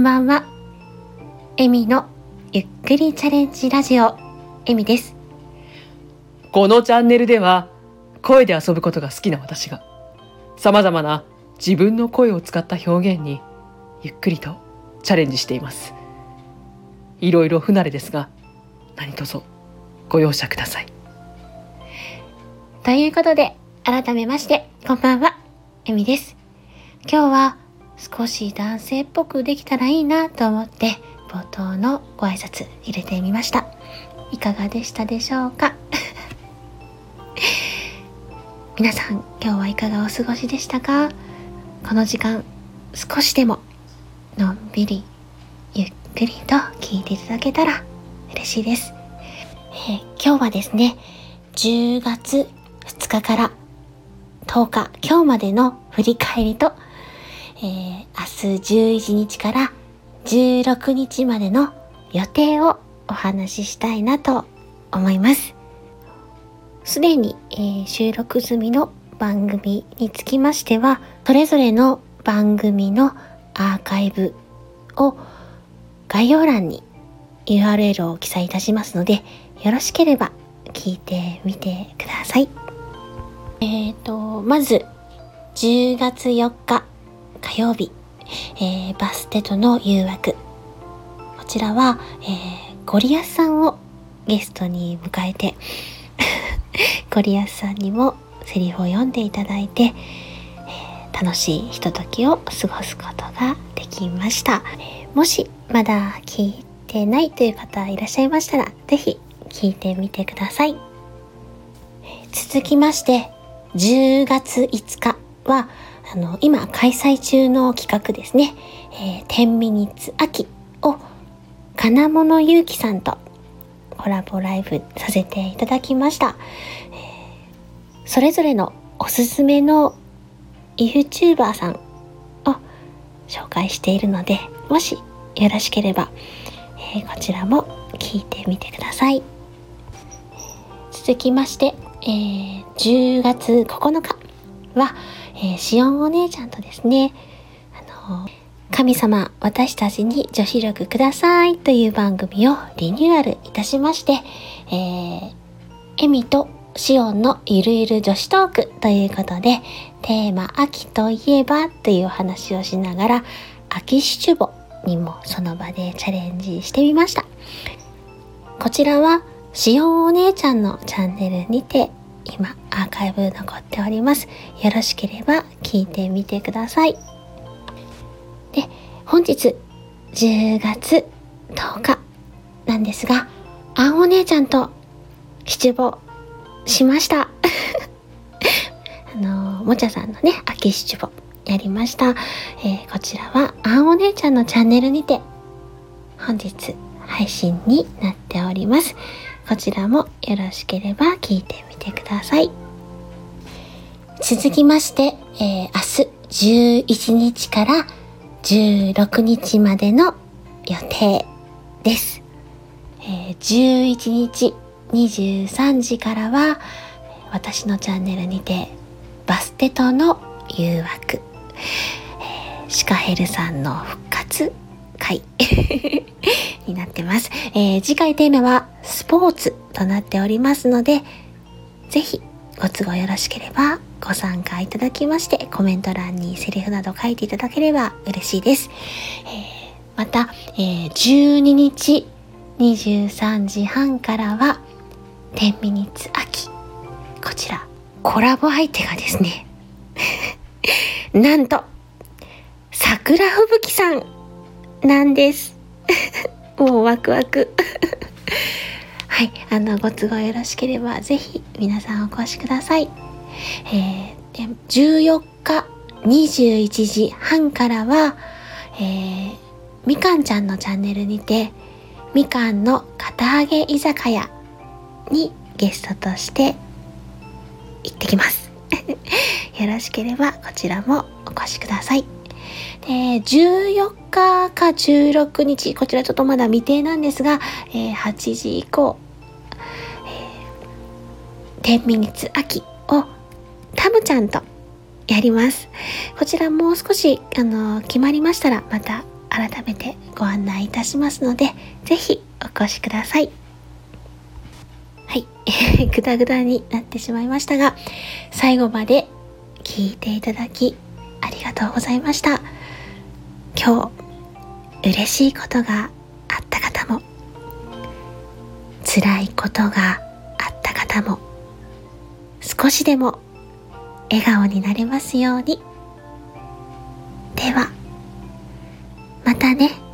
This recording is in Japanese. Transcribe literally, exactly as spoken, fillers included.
ばんは。エミのゆっくりチャレンジラジオ、エミです。 このチャンネルでは声で遊ぶことが好きな私が様々な自分の声を使った表現にゆっくりとチャレンジしています。いろいろ不慣れですが何卒ご容赦ください。 ということで改めましてこんばんは、エミです。今日は少し男性っぽくできたらいいなと思って冒頭のご挨拶入れてみました。いかがでしたでしょうか皆さん今日はいかがお過ごしでしたか？この時間少しでものんびりゆっくりと聞いていただけたら嬉しいです。えー、今日はですねじゅうがつふつかからとおか今日までの振り返りと、えー、明日じゅういちにちからじゅうろくにちまでの予定をお話ししたいなと思います。すでに、えー、収録済みの番組につきましてはそれぞれの番組のアーカイブを概要欄に ユーアールエル を記載いたしますのでよろしければ聞いてみてください。えーとまずじゅうがつよっか火曜日、えー、バステとの誘惑、こちらは、えー、ゴリアスさんをゲストに迎えてゴリアスさんにもセリフを読んでいただいて、えー、楽しいひとときを過ごすことができました。えー、もしまだ聞いてないという方いらっしゃいましたらぜひ聞いてみてください。えー、続きましてじゅうがついつかはあの今開催中の企画ですね、えー、じゅうミニッツ秋を金物ゆうきさんとコラボライブさせていただきました。えー、それぞれのおすすめの YouTuber さんを紹介しているのでもしよろしければ、えー、こちらも聞いてみてください。続きまして、えー、じゅうがつここのかは、えー、しおんお姉ちゃんとですね、あのー、神様私たちに女子力くださいという番組をリニューアルいたしまして、えー、エミとしおんのゆるゆる女子トークということでテーマ秋といえばというお話をしながら秋七五にもその場でチャレンジしてみました。こちらはしおんお姉ちゃんのチャンネルにて今アーカイブ残っております。よろしければ聞いてみてください。で、本日じゅうがつとおかなんですがあんお姉ちゃんと七五しましたあのもちゃさんのね秋七五やりました。えー、こちらはあんお姉ちゃんのチャンネルにて本日配信になっております。こちらもよろしければ聞いてみてください。続きまして、えー、明日じゅういちにちからじゅうろくにちまでの予定です。えー、じゅういちにちにじゅうさんじからは私のチャンネルにてバステとの誘惑、えー、シカヘルさんの復活回になってます。えー、次回テーマはスポーツとなっておりますのでぜひご都合よろしければご参加いただきましてコメント欄にセリフなど書いていただければ嬉しいです。えー、また、えー、じゅうににちにじゅうさんじはんからはじゅうミニッツ秋、こちらコラボ相手がですねなんと桜吹雪さんなんですもうワクワクはい、あのご都合よろしければぜひ皆さんお越しください。えー、じゅうよっかにじゅういちじはんからは、えー、みかんちゃんのチャンネルにてみかんの堅揚げ居酒屋にゲストとして行ってきますよろしければこちらもお越しください。でじゅうよっかかじゅうろくにちこちらちょっとまだ未定なんですが、えー、はちじ以降、えー、じゅうミニッツ秋をタムちゃんとやります。こちらもう少しあの決まりましたらまた改めてご案内いたしますので、ぜひお越しください。はい、ぐだぐだになってしまいましたが、最後まで聞いていただきありがとうございました。今日嬉しいことがあった方も、辛いことがあった方も、少しでも笑顔になれますように。ではまたね。